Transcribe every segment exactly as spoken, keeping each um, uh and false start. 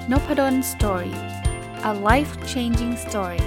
Nopadon Story. A life-changing story.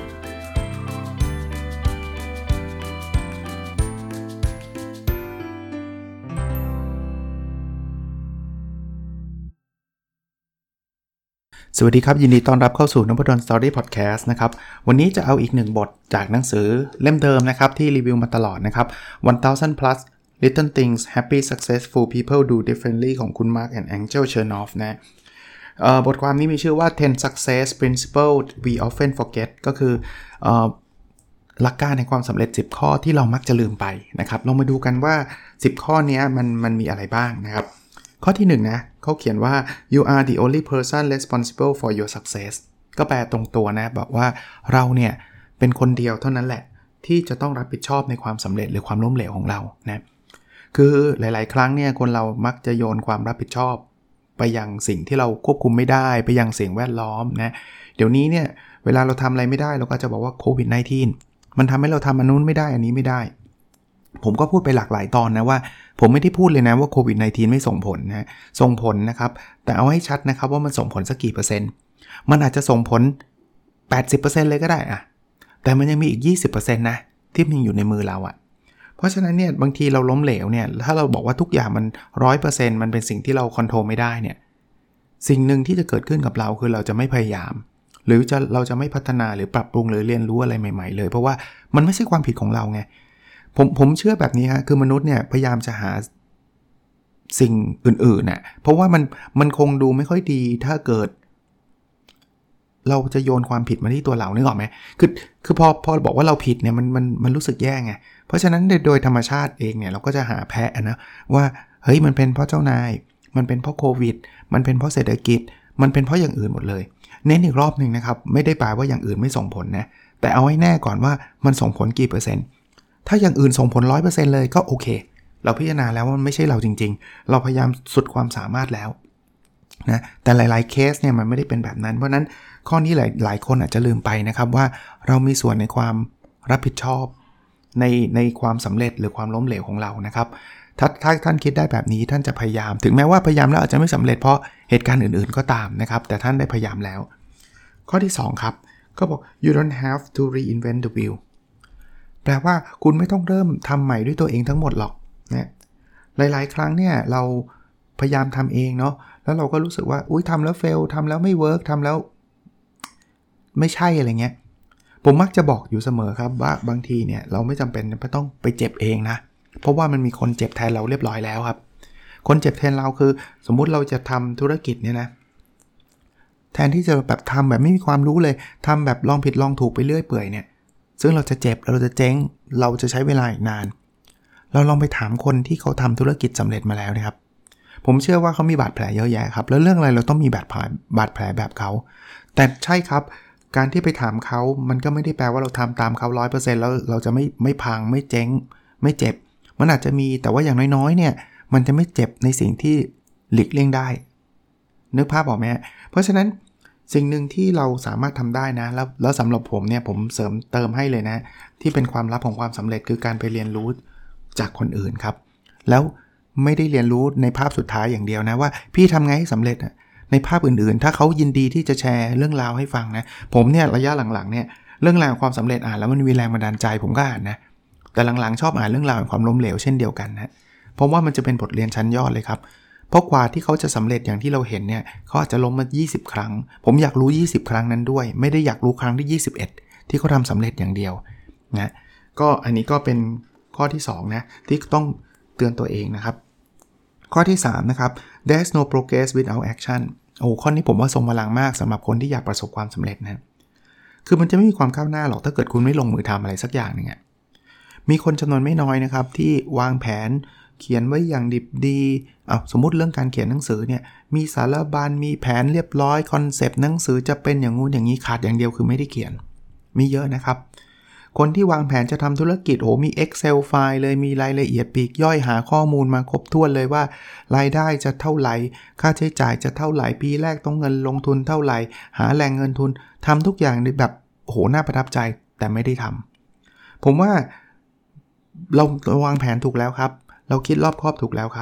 สวัสดีครับยินดีต้อนรับเข้าสู่ Nopadon Story Podcast นะครับวันนี้จะเอาอีกหนึ่งบทจากหนังสือเล่มเดิมนะครับที่รีวิวมาตลอดนะครับ one thousand plus Little Things Happy Successful People Do Differently ของคุณ Mark and Angel Chernoff นะเอ่อบทความนี้มีชื่อว่า ten Success Principles We Often Forget ก็คือเอ่อหลักการในความสำเร็จสิบข้อที่เรามักจะลืมไปนะครับลองมาดูกันว่าสิบข้อนี้มันมันมีอะไรบ้างนะครับข้อที่หนึ่งนะเขาเขียนว่า you are the only person responsible for your success ก็แปลตรงตัวนะบอกว่าเราเนี่ยเป็นคนเดียวเท่านั้นแหละที่จะต้องรับผิดชอบในความสำเร็จหรือความล้มเหลวของเรานะคือหลายๆครั้งเนี่ยคนเรามักจะโยนความรับผิดชอบไปยังสิ่งที่เราควบคุมไม่ได้ไปยังสิ่งแวดล้อมนะเดี๋ยวนี้เนี่ยเวลาเราทำอะไรไม่ได้เราก็จะบอกว่าโควิดสิบเก้า มันทำให้เราทำอันนู้นไม่ได้อันนี้ไม่ได้ผมก็พูดไปหลากหลายตอนนะว่าผมไม่ได้พูดเลยนะว่าโควิดสิบเก้า ไม่ส่งผลนะส่งผลนะครับแต่เอาให้ชัดนะครับว่ามันส่งผลสักกี่เปอร์เซ็นต์มันอาจจะส่งผล แปดสิบเปอร์เซ็นต์ เลยก็ได้อะแต่มันยังมีอีก ยี่สิบเปอร์เซ็นต์ นะที่มันอยู่ในมือเราอะเพราะฉะนั้นเนี่ยบางทีเราล้มเหลวเนี่ยถ้าเราบอกว่าทุกอย่างมัน หนึ่งร้อยเปอร์เซ็นต์ มันเป็นสิ่งที่เราคอนโทรลไม่ได้เนี่ยสิ่งหนึ่งที่จะเกิดขึ้นกับเราคือเราจะไม่พยายามหรือจะเราจะไม่พัฒนาหรือปรับปรุงหรือเรียนรู้อะไรใหม่ๆเลยเพราะว่ามันไม่ใช่ความผิดของเราไงผมผมเชื่อแบบนี้ฮะคือมนุษย์เนี่ยพยายามจะหาสิ่งอื่นๆน่ะเพราะว่ามันมันคงดูไม่ค่อยดีถ้าเกิดเราจะโยนความผิดมาที่ตัวเรานึกออกไหมคือคือพอพอบอกว่าเราผิดเนี่ยมันมันมันรู้สึกแย่ไงเพราะฉะนั้นโดยธรรมชาติเองเนี่ยเราก็จะหาแพะนะว่าเฮ้ยมันเป็นเพราะเจ้านายมันเป็นเพราะโควิดมันเป็นเพราะเศรษฐกิจมันเป็นเพราะอย่างอื่นหมดเลยเน้นอีกรอบนึงนะครับไม่ได้แปลว่าอย่างอื่นไม่ส่งผลนะแต่เอาให้แน่ก่อนว่ามันส่งผลกี่เปอร์เซ็นต์ถ้าอย่างอื่นส่งผล หนึ่งร้อยเปอร์เซ็นต์ เลยก็โอเคเราพิจารณาแล้วว่ามันไม่ใช่เราจริงๆเราพยายามสุดความสามารถแล้วนะแต่หลายๆเคสเนี่ยมันไม่ได้เป็นแบบนั้นเพราะนั้นข้อนี้หลายหลายคนอาจจะลืมไปนะครับว่าเรามีส่วนในความรับผิดชอบในในความสำเร็จหรือความล้มเหลวของเรานะครับถ้าถ้าท่านคิดได้แบบนี้ท่านจะพยายามถึงแม้ว่าพยายามแล้วอาจจะไม่สำเร็จเพราะเหตุการณ์อื่นๆก็ตามนะครับแต่ท่านได้พยายามแล้วข้อที่สองครับก็บอก you don't have to reinvent the wheel แปลว่าคุณไม่ต้องเริ่มทำใหม่ด้วยตัวเองทั้งหมดหรอกนะหลายๆครั้งเนี่ยเราพยายามทำเองเนาะแล้วเราก็รู้สึกว่าอุ๊ยทำแล้วเฟลทำแล้วไม่เวิร์กทำแล้วไม่ใช่อะไรเงี้ยผมมักจะบอกอยู่เสมอครับว่าบางทีเนี่ยเราไม่จำเป็นจะต้องไปเจ็บเองนะเพราะว่ามันมีคนเจ็บแทนเราเรียบร้อยแล้วครับคนเจ็บแทนเราคือสมมุติเราจะทำธุรกิจเนี่ยนะแทนที่จะแบบทำแบบไม่มีความรู้เลยทำแบบลองผิดลองถูกไปเรื่อยเปื่อยเนี่ยซึ่งเราจะเจ็บเราจะเจ๊งเราจะใช้เวลาอีกนานเราลองไปถามคนที่เขาทำธุรกิจสำเร็จมาแล้วนะครับผมเชื่อว่าเขามีบาดแผลเยอะแยะครับแล้วเรื่องอะไรเราต้องมีบาดแผลบาดแผลแบบเขาแต่ใช่ครับการที่ไปถามเขามันก็ไม่ได้แปลว่าเราทำตามเขา ร้อยเปอร์เซ็นต์ แล้วเราจะไม่ไม่พังไม่เจ๊งไม่เจ็บมันอาจจะมีแต่ว่าอย่างน้อยๆเนี่ยมันจะไม่เจ็บในสิ่งที่หลีกเลี่ยงได้นึกภาพออกไหมเพราะฉะนั้นสิ่งหนึ่งที่เราสามารถทำได้นะแล้วแล้วสำหรับผมเนี่ยผมเสริมเติมให้เลยนะที่เป็นความลับของความสำเร็จคือการไปเรียนรู้จากคนอื่นครับแล้วไม่ได้เรียนรู้ในภาพสุดท้ายอย่างเดียวนะว่าพี่ทำไงให้สำเร็จอะในภาพอื่นๆถ้าเขายินดีที่จะแชร์เรื่องราวให้ฟังนะผมเนี่ยระยะหลังๆเนี่ยเรื่องราวความสำเร็จอ่านแล้วมันมีแรงบันดาลใจผมก็อ่านนะแต่หลังๆชอบอ่านเรื่องราวของความล้มเหลวเช่นเดียวกันนะเพราะว่ามันจะเป็นบทเรียนชั้นยอดเลยครับเพราะกว่าที่เขาจะสำเร็จอย่างที่เราเห็นเนี่ยเขาอาจจะล้มมายี่สิบครั้งผมอยากรู้ยี่สิบครั้งนั้นด้วยไม่ได้อยากรู้ครั้งที่ยี่สิบเอ็ดที่เขาทำสำเร็จอย่างเดียวนะก็อันนี้ก็เป็นข้อที่สองนะที่ต้องเตือนตัวเองนะครับข้อที่สามนะครับ there's no progress without action โอ้ข้อนี้ผมว่าทรงพลังมากสำหรับคนที่อยากประสบความสำเร็จนะคือมันจะไม่มีความก้าวหน้าหรอกถ้าเกิดคุณไม่ลงมือทำอะไรสักอย่างนึงอ่ะมีคนจำนวนไม่น้อยนะครับที่วางแผนเขียนไว้อย่างดิบดีอ่ะสมมุติเรื่องการเขียนหนังสือเนี่ยมีสารบัญมีแผนเรียบร้อยคอนเซปต์หนังสือจะเป็นอย่างงู้นอย่างนี้ขาดอย่างเดียวคือไม่ได้เขียนมีเยอะนะครับคนที่วางแผนจะทำธุรกิจโอ้มี Excel ไฟล์เลยมีรายละเอียดปลีกย่อยหาข้อมูลมาครบถ้วนเลยว่ารายได้จะเท่าไหร่ค่าใช้จ่ายจะเท่าไหร่ปีแรกต้องเงินลงทุนเท่าไหร่หาแหล่งเงินทุนทำทุกอย่างแบบโอ้โหน่าประทับใจแต่ไม่ได้ทำผมว่าเราวางแผนถูกแล้วครับเราคิดรอบคอบถูกแล้วครับแ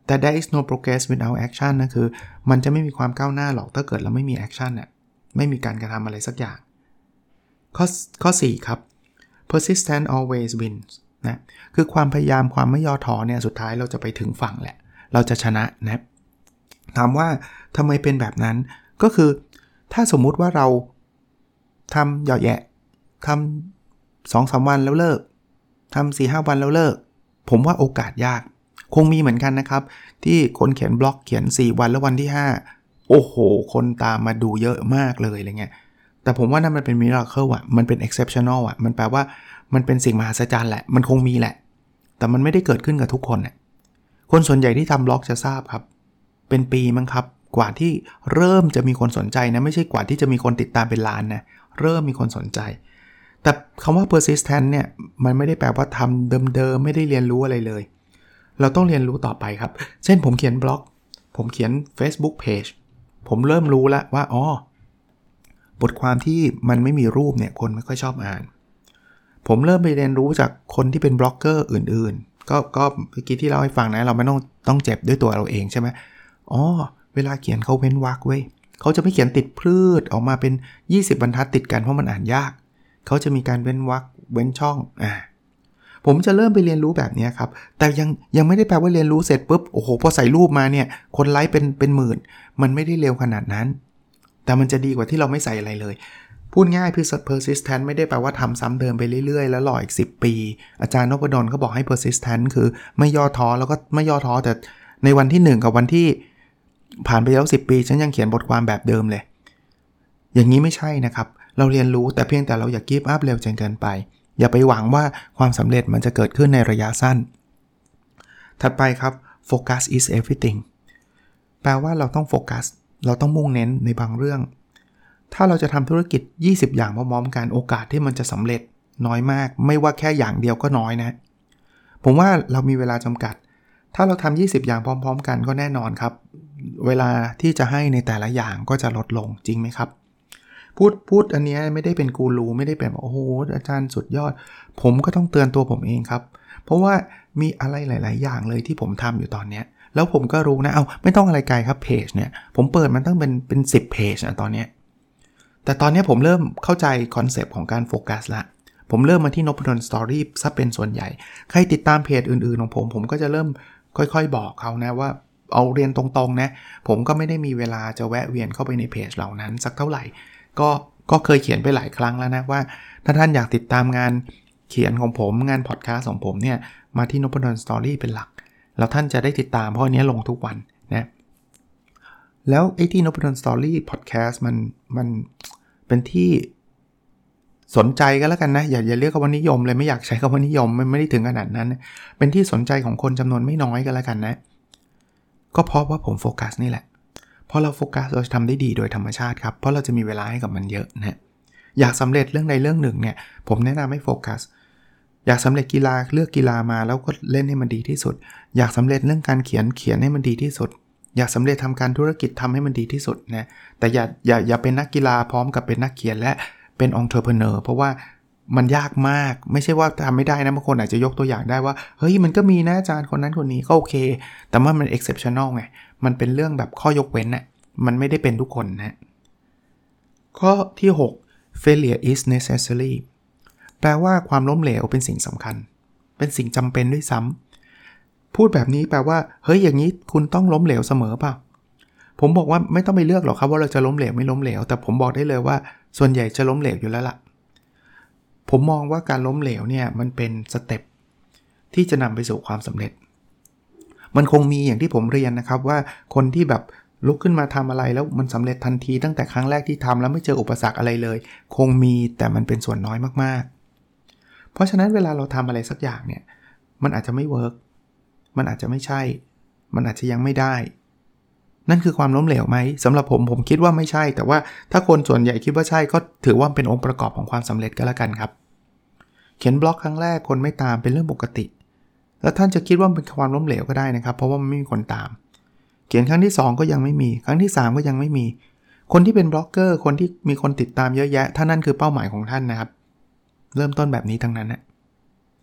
แต่ there is no progress without action นะคือมันจะไม่มีความก้าวหน้าหรอกถ้าเกิดเราไม่มี action น่ะไม่มีการกระทำอะไรสักอย่างข้อข้อสี่ครับ persistent always wins นะคือความพยายามความไม่ย่อท้อเนี่ยสุดท้ายเราจะไปถึงฝั่งแหละเราจะชนะนะถามว่าทำไมเป็นแบบนั้นก็คือถ้าสมมุติว่าเราทำหย่อแยะทำ สองถึงสาม วันแล้วเลิกทำ สี่ถึงห้า วันแล้วเลิกผมว่าโอกาสยากคงมีเหมือนกันนะครับที่คนเขียนบล็อกเขียนสี่วันแล้ววันที่ห้าโอ้โหคนตามมาดูเยอะมากเลยอะไรเงี้ยแต่ผมว่านั่นมันเป็นมิราเคิลอ่ะมันเป็น exceptional อ่ะมันแปลว่ามันเป็นสิ่งมหัศจรรย์แหละมันคงมีแหละแต่มันไม่ได้เกิดขึ้นกับทุกคนน่ะคนส่วนใหญ่ที่ทำบล็อกจะทราบครับเป็นปีมั้งครับกว่าที่เริ่มจะมีคนสนใจนะไม่ใช่กว่าที่จะมีคนติดตามเป็นล้านนะเริ่มมีคนสนใจแต่คำว่า persistent เนี่ยมันไม่ได้แปลว่าทำเดิมๆไม่ได้เรียนรู้อะไรเลยเราต้องเรียนรู้ต่อไปครับเช่นผมเขียนบล็อกผมเขียน Facebook Page ผมเริ่มรู้แล้วว่าอ๋อบทความที่มันไม่มีรูปเนี่ยคนไม่ค่อยชอบอ่านผมเริ่มไปเรียนรู้จากคนที่เป็นบล็อกเกอร์อื่นๆก็ก็เมื่อกี้ที่เล่าให้ฟังนะเราไม่ต้องต้องเจ็บด้วยตัวเราเองใช่ไหมอ๋อเวลาเขียนเขาเว้นวรรคเว้ยเขาจะไม่เขียนติดพืชออกมาเป็นยี่สิบบรรทัดติดกันเพราะมันอ่านยากเขาจะมีการเว้นวรรคเว้นช่องอ่าผมจะเริ่มไปเรียนรู้แบบนี้ครับแต่ยังยังไม่ได้แปลว่าเรียนรู้เสร็จปุ๊บโอ้โหพอใส่รูปมาเนี่ยคนไลค์เป็นเป็นหมื่นมันไม่ได้เร็วขนาดนั้นแต่มันจะดีกว่าที่เราไม่ใส่อะไรเลยพูดง่ายคือ persistent ไม่ได้แปลว่าทำซ้ำเดิมไปเรื่อยๆแล้วรออีกสิบปีอาจารย์นพดลเขาบอกให้ persistent คือไม่ย่อท้อแล้วก็ไม่ย่อท้อแต่ในวันที่หนึ่งกับวันที่ผ่านไปแล้วสิบปีฉันยังเขียนบทความแบบเดิมเลยอย่างนี้ไม่ใช่นะครับเราเรียนรู้แต่เพียงแต่เราอย่า give up เร็วจนเกินไปอย่าไปหวังว่าความสำเร็จมันจะเกิดขึ้นในระยะสั้นถัดไปครับ focus is everything แปลว่าเราต้องโฟกัสเราต้องมุ่งเน้นในบางเรื่องถ้าเราจะทำธุรกิจยี่สิบอย่างพร้อมๆกันโอกาสที่มันจะสำเร็จน้อยมากไม่ว่าแค่อย่างเดียวก็น้อยนะผมว่าเรามีเวลาจำกัดถ้าเราทำยี่สิบอย่างพร้อมๆกันก็แน่นอนครับเวลาที่จะให้ในแต่ละอย่างก็จะลดลงจริงไหมครับพูดพูดอันนี้ไม่ได้เป็นกูรูไม่ได้เป็นโอ้โหอาจารย์สุดยอดผมก็ต้องเตือนตัวผมเองครับเพราะว่ามีอะไรหลายๆอย่างเลยที่ผมทำอยู่ตอนนี้แล้วผมก็รู้นะเอาไม่ต้องอะไรไกลครับเพจเนี่ยผมเปิดมันตั้งเป็นเป็นสิบเพจนะตอนนี้แต่ตอนนี้ผมเริ่มเข้าใจคอนเซปต์ของการโฟกัสละผมเริ่มมาที่นพดลสตอรี่ซะเป็นส่วนใหญ่ใครติดตามเพจอื่นๆของผมผมก็จะเริ่มค่อยๆบอกเขานะว่าเอาเรียนตรงๆนะผมก็ไม่ได้มีเวลาจะแวะเวียนเข้าไปในเพจเหล่านั้นสักเท่าไหร่ก็ก็เคยเขียนไปหลายครั้งแล้วนะว่าถ้าท่านอยากติดตามงานเขียนของผมงานพอดแคสต์ของผมเนี่ยมาที่นพดลสตอรี่เป็นหลักแล้วท่านจะได้ติดตามเพราะอันนี้ลงทุกวันนะแล้วไอ้ที่นพดลสตอรี่พอดแคสต์มันมันเป็นที่สนใจก็แล้วกันนะอย่าอย่าเรียกว่านิยมเลยไม่อยากใช้คำว่านิยมมันไม่ได้ถึงขนาดนั้นเป็นที่สนใจของคนจำนวนไม่น้อยก็แล้วกันนะก็เพราะว่าผมโฟกัสนี่แหละพอเราโฟกัสเราจะทำได้ดีโดยธรรมชาติครับเพราะเราจะมีเวลาให้กับมันเยอะนะอยากสำเร็จเรื่องใดเรื่องหนึ่งเนี่ยผมแนะนำให้โฟกัสอยากสำเร็จกีฬาเลือกกีฬามาแล้วก็เล่นให้มันดีที่สุดอยากสำเร็จเรื่องการเขียนเขียนให้มันดีที่สุดอยากสำเร็จทำการธุรกิจทำให้มันดีที่สุดนะแต่อย่าอย่าอย่าเป็นนักกีฬาพร้อมกับเป็นนักเขียนและเป็น entrepreneur เพราะว่ามันยากมากไม่ใช่ว่าทำไม่ได้นะบางคนอาจจะยกตัวอย่างได้ว่าเฮ้ยมันก็มีนะอาจารย์คนนั้นคนนี้ก็โอเคแต่ว่ามัน exceptional ไงมันเป็นเรื่องแบบข้อยกเว้นน่ะมันไม่ได้เป็นทุกคนนะข้อที่หก failure is necessary แปลว่าความล้มเหลวเป็นสิ่งสำคัญเป็นสิ่งจำเป็นด้วยซ้ำพูดแบบนี้แปลว่าเฮ้ยอย่างนี้คุณต้องล้มเหลวเสมอเปล่าผมบอกว่าไม่ต้องไปเลือกหรอกครับว่าเราจะล้มเหลวไม่ล้มเหลวแต่ผมบอกได้เลยว่าส่วนใหญ่จะล้มเหลวอยู่แล้วล่ะผมมองว่าการล้มเหลวเนี่ยมันเป็นสเต็ปที่จะนำไปสู่ความสำเร็จมันคงมีอย่างที่ผมเรียนนะครับว่าคนที่แบบลุกขึ้นมาทำอะไรแล้วมันสำเร็จทันทีตั้งแต่ครั้งแรกที่ทำแล้วไม่เจออุปสรรคอะไรเลยคงมีแต่มันเป็นส่วนน้อยมากๆเพราะฉะนั้นเวลาเราทำอะไรสักอย่างเนี่ยมันอาจจะไม่เวิร์กมันอาจจะไม่ใช่มันอาจจะยังไม่ได้นั่นคือความล้มเหลวไหมสำหรับผมผมคิดว่าไม่ใช่แต่ว่าถ้าคนส่วนใหญ่คิดว่าใช่ก็ถือว่าเป็นองค์ประกอบของความสำเร็จก็แล้วกันครับเขียนบล็อกครั้งแรกคนไม่ตามเป็นเรื่องปกติแล้วท่านจะคิดว่าเป็นความล้มเหลวก็ได้นะครับเพราะว่ามันไม่มีคนตามเขียนครั้งที่สองก็ยังไม่มีครั้งที่สามก็ยังไม่มีคนที่เป็นบล็อกเกอร์คนที่มีคนติดตามเยอะแยะถ้านั่นคือเป้าหมายของท่านนะครับเริ่มต้นแบบนี้ทั้งนั้นนะ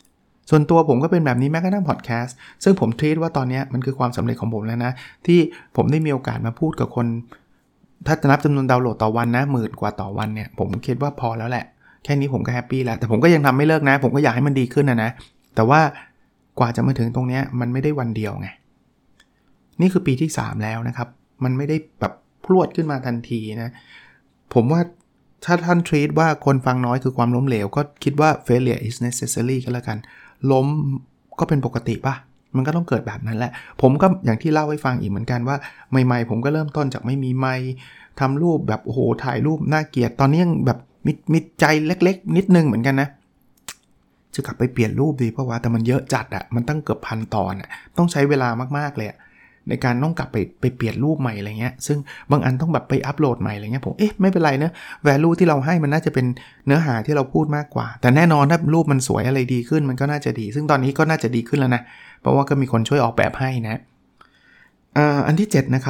ส่วนตัวผมก็เป็นแบบนี้แม้กระทั่งพอดแคสต์ซึ่งผมทรีตว่าตอนนี้มันคือความสำเร็จของผมแล้วนะที่ผมได้มีโอกาสมาพูดกับคนถ้านับจำนวนดาวน์โหลดต่อวันนะหมื่นกว่าต่อวันเนี่ยผมคิดว่าพอแล้วแหละแค่นี้ผมก็แฮปปี้แล้วแต่ผมก็ยังทำไม่เลิกนะผมก็อยากให้มันดีขึ้นนะนะแต่ว่ากว่าจะมาถึงตรงนี้มันไม่ได้วันเดียวไงนี่คือปีที่สามแล้วนะครับมันไม่ได้แบบพรวดขึ้นมาทันทีนะผมว่าถ้าท่านทรีตว่าคนฟังน้อยคือความล้มเหลวก็คิดว่า failure is necessary ก็แล้วกันล้มก็เป็นปกติป่ะมันก็ต้องเกิดแบบนั้นแหละผมก็อย่างที่เล่าให้ฟังอีกเหมือนกันว่าใหม่ๆผมก็เริ่มต้นจากไม่มีไมค์ทำรูปแบบโอ้โหถ่ายรูปน่าเกลียดตอนนี้ยังแบบมีมีใจเล็กๆนิดนึงเหมือนกันนะจะกลับไปเปลี่ยนรูปดีเพราะว่าแต่มันเยอะจัดอ่ะมันตั้งเกือบพันตอนอ่ะต้องใช้เวลามากๆเลยในการต้องกลับไปไปเปลี่ยนรูปใหม่อะไรเงี้ยซึ่งบางอันต้องแบบไปอัปโหลดใหม่อะไรเงี้ยผมเอ๊ะไม่เป็นไรนะ value ที่เราให้มันน่าจะเป็นเนื้อหาที่เราพูดมากกว่าแต่แน่นอนถ้ารูปมันสวยอะไรดีขึ้นมันก็น่าจะดีซึ่งตอนนี้ก็น่าจะดีขึ้นแล้วนะเพราะว่าก็มีคนช่วยออกแบบให้นะอ่าอันที่เจ็ดนะครับ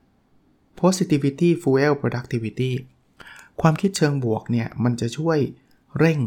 positivity fuel productivity ความคิดเชิงบวกเนี่ยมันจะช่วยเร่ง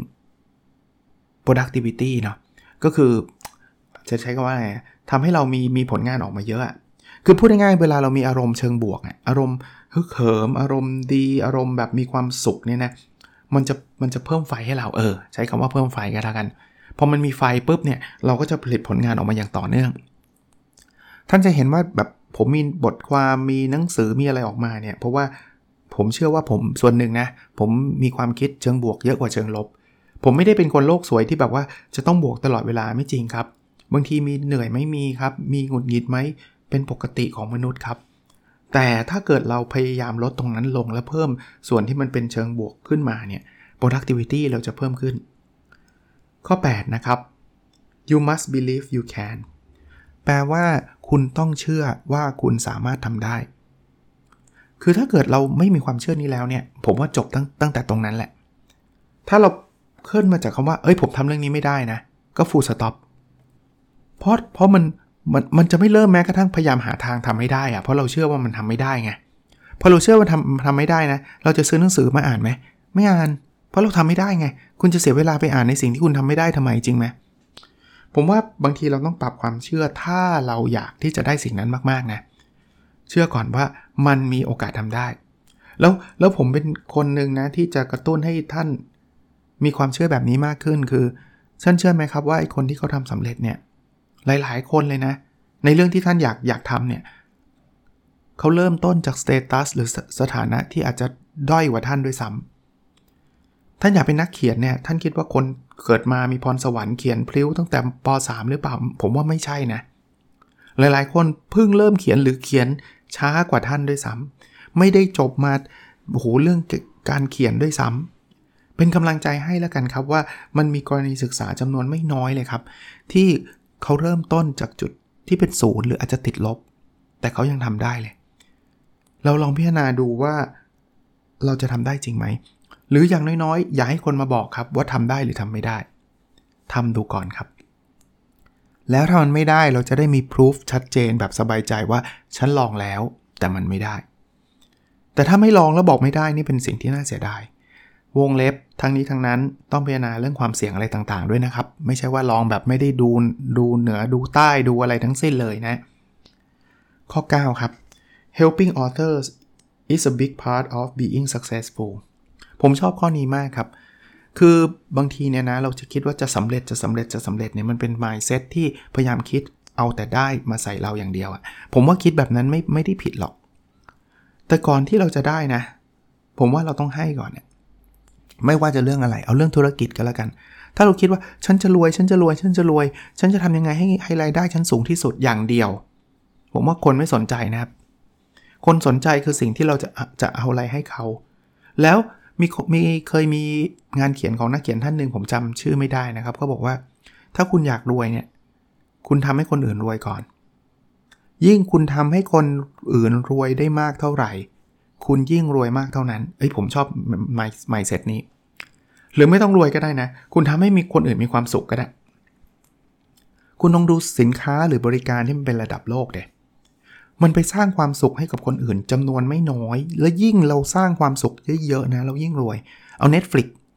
productivity เนาะก็คือจะใช้คำว่าอะไรทำให้เรามีมีผลงานออกมาเยอะคือพูดง่ายๆเวลาเรามีอารมณ์เชิงบวกอารมณ์ฮึกเหิมอารมณ์ดีอารมณ์แบบมีความสุขเนี่ยนะมันจะมันจะเพิ่มไฟให้เราเออใช้คำว่าเพิ่มไฟกันแล้วกันพอมันมีไฟปุ๊บเนี่ยเราก็จะผลิตผลงานออกมาอย่างต่อเนื่องท่านจะเห็นว่าแบบผมมีบทความมีหนังสือมีอะไรออกมาเนี่ยเพราะว่าผมเชื่อว่าผมส่วนหนึ่งนะผมมีความคิดเชิงบวกเยอะกว่าเชิงลบผมไม่ได้เป็นคนโลกสวยที่แบบว่าจะต้องบวกตลอดเวลาไม่จริงครับบางทีมีเหนื่อยไม่มีครับมีหงุดหงิดไหมเป็นปกติของมนุษย์ครับแต่ถ้าเกิดเราพยายามลดตรงนั้นลงและเพิ่มส่วนที่มันเป็นเชิงบวกขึ้นมาเนี่ย productivity เราจะเพิ่มขึ้นข้อแปดนะครับ you must believe you can แปลว่าคุณต้องเชื่อว่าคุณสามารถทำได้คือถ้าเกิดเราไม่มีความเชื่อนี้แล้วเนี่ยผมว่าจบตั้งตั้งแต่ตรงนั้นแหละถ้าเราขึ้นมาจากคำว่าเอ้ยผมทำเรื่องนี้ไม่ได้นะก็ full stop เพราะเพราะมันมันมันจะไม่เริ่มแม้กระทั่งพยายามหาทางทำให้ได้อะเพราะเราเชื่อว่ามันทำไม่ได้ไงพอเราเชื่อว่าทำทำไม่ได้นะเราจะซื้อหนังสือมาอ่านไหมไม่อ่านเพราะเราทำไม่ได้ไงคุณจะเสียเวลาไปอ่านในสิ่งที่คุณทำไม่ได้ทำไมจริงไหมผมว่าบางทีเราต้องปรับความเชื่อถ้าเราอยากที่จะได้สิ่งนั้นมากๆนะเชื่อก่อนว่ามันมีโอกาสทำได้แล้วแล้วผมเป็นคนนึงนะที่จะกระตุ้นให้ท่านมีความเชื่อแบบนี้มากขึ้นคือท่านเชื่อไหมครับว่าไอ้คนที่เขาทำสำเร็จเนี่ยหลายๆคนเลยนะในเรื่องที่ท่านอยากอยากทำเนี่ยเขาเริ่มต้นจากสเตตัสหรือสถานะที่อาจจะด้อยกว่าท่านด้วยซ้ำท่านอยากเป็นนักเขียนเนี่ยท่านคิดว่าคนเกิดมามีพรสวรรค์เขียนพลิ้วตั้งแต่ป สาม หรือเปล่าผมว่าไม่ใช่นะหลายๆคนเพิ่งเริ่มเขียนหรือเขียนช้ากว่าท่านด้วยซ้ำไม่ได้จบมาโอ้โหเรื่องการเขียนด้วยซ้ำเป็นกำลังใจให้แล้วกันครับว่ามันมีกรณีศึกษาจำนวนไม่น้อยเลยครับที่เขาเริ่มต้นจากจุดที่เป็นศูนย์หรืออาจจะติดลบแต่เขายังทำได้เลยเราลองพิจารณาดูว่าเราจะทำได้จริงไหมหรืออย่างน้อยๆอย่าให้คนมาบอกครับว่าทำได้หรือทำไม่ได้ทำดูก่อนครับแล้วถ้ามันไม่ได้เราจะได้มีพิสูจชัดเจนแบบสบายใจว่าฉันลองแล้วแต่มันไม่ได้แต่ถ้าไม่ลองแล้วบอกไม่ได้นี่เป็นสิ่งที่น่าเสียดายวงเล็บทั้งนี้ทั้งนั้นต้องพิจารณาเรื่องความเสี่ยงอะไรต่างๆด้วยนะครับไม่ใช่ว่าลองแบบไม่ได้ดูดูเหนือดูใต้ดูอะไรทั้งสิ้นเลยนะข้อเก้าครับ helping others is a big part of being successful ผมชอบข้อนี้มากครับคือบางทีเนี่ยนะเราจะคิดว่าจะสำเร็จจะสำเร็จจะสำเร็จเนี่ยมันเป็น mindset ที่พยายามคิดเอาแต่ได้มาใส่เราอย่างเดียวอะผมว่าคิดแบบนั้นไม่ไม่ได้ผิดหรอกแต่ก่อนที่เราจะได้นะผมว่าเราต้องให้ก่อนเนี่ยไม่ว่าจะเรื่องอะไรเอาเรื่องธุรกิจก็แล้วกันถ้าเราคิดว่าฉันจะรวยฉันจะรวยฉันจะรวยฉันจะทำยังไงให้ให้รายได้ฉันสูงที่สุดอย่างเดียวผมว่าคนไม่สนใจนะครับคนสนใจคือสิ่งที่เราจะจะเอาอะไรให้เขาแล้วมีมีเคยมีงานเขียนของนักเขียนท่านหนึ่งผมจำชื่อไม่ได้นะครับเขาบอกว่าถ้าคุณอยากรวยเนี่ยคุณทำให้คนอื่นรวยก่อนยิ่งคุณทำให้คนอื่นรวยได้มากเท่าไหร่คุณยิ่งรวยมากเท่านั้นเอ้ยผมชอบ mindset นี้หรือไม่ต้องรวยก็ได้นะคุณทำให้มีคนอื่นมีความสุขก็ได้คุณลองดูสินค้าหรือบริการที่มันเป็นระดับโลกเดะมันไปสร้างความสุขให้กับคนอื่นจำนวนไม่น้อยและยิ่งเราสร้างความสุขเยอะๆนะเรายิ่งรวยเอา Netflix ค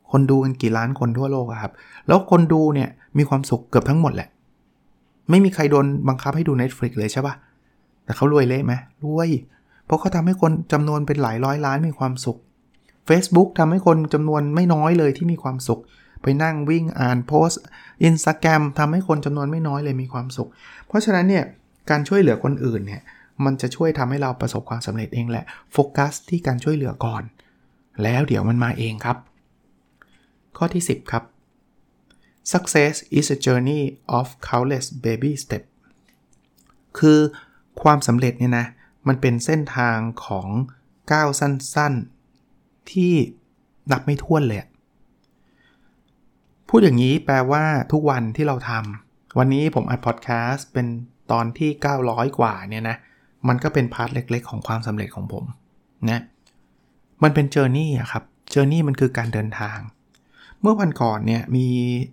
คนดูกันกี่ล้านคนทั่วโลกอะครับแล้วคนดูเนี่ยมีความสุขเกือบทั้งหมดแหละไม่มีใครโดนบังคับให้ดู Netflix เลยใช่ป่ะแต่เขารวยเละไหมรวยเพราะเขาทำให้คนจำนวนเป็นหลายร้อยล้านมีความสุข Facebook ทำให้คนจำนวนไม่น้อยเลยที่มีความสุขไปนั่งวิ่งอ่านโพสต์ Instagram ทำให้คนจำนวนไม่น้อยเลยมีความสุขเพราะฉะนั้นเนี่ยการช่วยเหลือคนอื่นเนี่ยมันจะช่วยทำให้เราประสบความสำเร็จเองแหละโฟกัสที่การช่วยเหลือก่อนแล้วเดี๋ยวมันมาเองครับข้อที่สิบครับ Success is a journey of countless baby steps คือความสำเร็จเนี่ยนะมันเป็นเส้นทางของก้าวสั้นๆที่นับไม่ถ้วนเลยพูดอย่างนี้แปลว่าทุกวันที่เราทำวันนี้ผมอัดพอดแคสต์เป็นตอนที่เก้าร้อยกว่าเนี่ยนะมันก็เป็นพาร์ทเล็กๆของความสำเร็จของผมนะมันเป็นเจอร์นี่อะครับเจอร์นี่มันคือการเดินทางเมื่อวันก่อนเนี่ยมี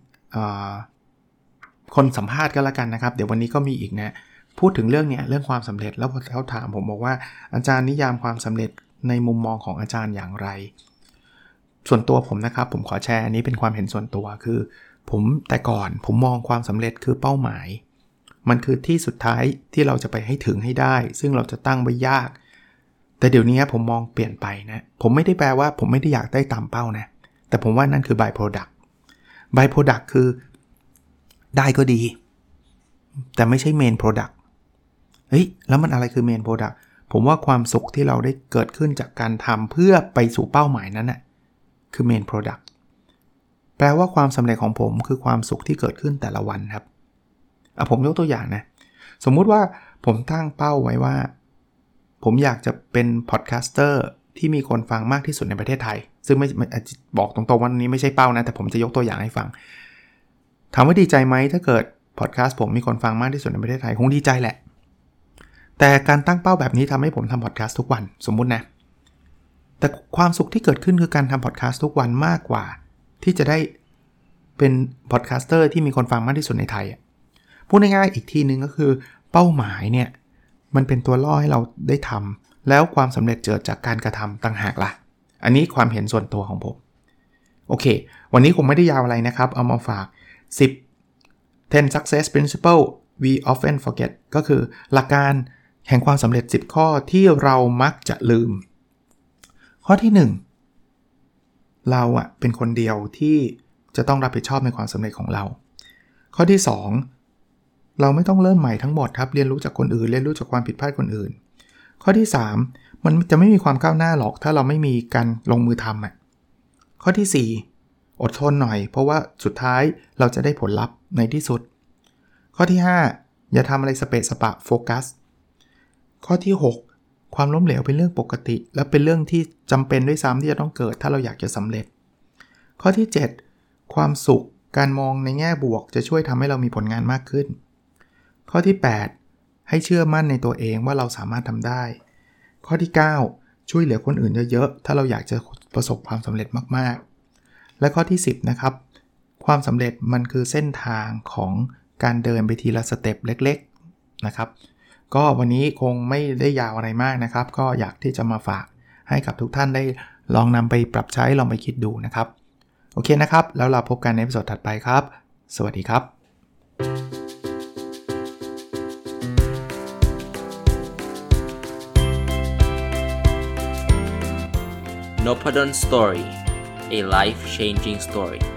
คนสัมภาษณ์กันละกันนะครับเดี๋ยววันนี้ก็มีอีกนะพูดถึงเรื่องเนี้ยเรื่องความสำเร็จแล้วเขาถามผมบอกว่าอาจารย์นิยามความสำเร็จในมุมมองของอาจารย์อย่างไรส่วนตัวผมนะครับผมขอแชร์อันนี้เป็นความเห็นส่วนตัวคือผมแต่ก่อนผมมองความสำเร็จคือเป้าหมายมันคือที่สุดท้ายที่เราจะไปให้ถึงให้ได้ซึ่งเราจะตั้งไว้ยากแต่เดี๋ยวนี้ผมมองเปลี่ยนไปนะผมไม่ได้แปลว่าผมไม่ได้อยากได้ตามเป้านะแต่ผมว่านั่นคือ by product by product คือได้ก็ดีแต่ไม่ใช่ main product เฮ้ยแล้วมันอะไรคือ main product ผมว่าความสุขที่เราได้เกิดขึ้นจากการทำเพื่อไปสู่เป้าหมายนั้นน่ะคือ main product แปลว่าความสำเร็จของผมคือความสุขที่เกิดขึ้นแต่ละวันครับอ่ะผมยกตัวอย่างนะสมมุติว่าผมตั้งเป้าไว้ว่าผมอยากจะเป็นพอดแคสเตอร์ที่มีคนฟังมากที่สุดในประเทศไทยซึ่งไม่บอกตรงๆว่านี้ไม่ใช่เป้านะแต่ผมจะยกตัวอย่างให้ฟังถามว่าดีใจไหมถ้าเกิดพอดแคสต์ผมมีคนฟังมากที่สุดในประเทศไทยคงดีใจแหละแต่การตั้งเป้าแบบนี้ทำให้ผมทำพอดแคสต์ทุกวันสมมุตินะแต่ความสุขที่เกิดขึ้นคือการทำพอดแคสต์ทุกวันมากกว่าที่จะได้เป็นพอดแคสเตอร์ที่มีคนฟังมากที่สุดในไทยพูดง่ายๆอีกทีนึงก็คือเป้าหมายเนี่ยมันเป็นตัวล่อให้เราได้ทำแล้วความสำเร็จเกิดจากการกระทำต่างหากล่ะอันนี้ความเห็นส่วนตัวของผมโอเควันนี้คงไม่ได้ยาวอะไรนะครับเอามาฝากสิบ ten success principle we often forget ก็คือหลักการแห่งความสำเร็จสิบข้อที่เรามักจะลืมข้อที่หนึ่งเราอะเป็นคนเดียวที่จะต้องรับผิดชอบในความสำเร็จของเราข้อที่สองเราไม่ต้องเริ่มใหม่ทั้งหมดครับเรียนรู้จากคนอื่นเรียนรู้จากความผิดพลาดคนอื่นข้อที่สามมันจะไม่มีความก้าวหน้าหรอกถ้าเราไม่มีการลงมือทำอ่ะข้อที่สี่อดทนหน่อยเพราะว่าสุดท้ายเราจะได้ผลลัพธ์ในที่สุดข้อที่ห้าอย่าทำอะไรสเปะสปะโฟกัสข้อที่หกความล้มเหลวเป็นเรื่องปกติและเป็นเรื่องที่จำเป็นด้วยซ้ำที่จะต้องเกิดถ้าเราอยากจะสำเร็จข้อที่เจ็ดความสุขการมองในแง่บวกจะช่วยทำให้เรามีผลงานมากขึ้นข้อที่แปดให้เชื่อมั่นในตัวเองว่าเราสามารถทำได้ข้อที่เก้าช่วยเหลือคนอื่นเยอะๆถ้าเราอยากจะประสบความสำเร็จมากๆและข้อที่สิบนะครับความสำเร็จมันคือเส้นทางของการเดินไปทีละสเต็ปเล็กๆนะครับก็วันนี้คงไม่ได้ยาวอะไรมากนะครับก็อยากที่จะมาฝากให้กับทุกท่านได้ลองนำไปปรับใช้ลองไปคิดดูนะครับโอเคนะครับแล้วเราพบกันในตอนถัดไปครับสวัสดีครับ Nopadon Story, a life-changing story.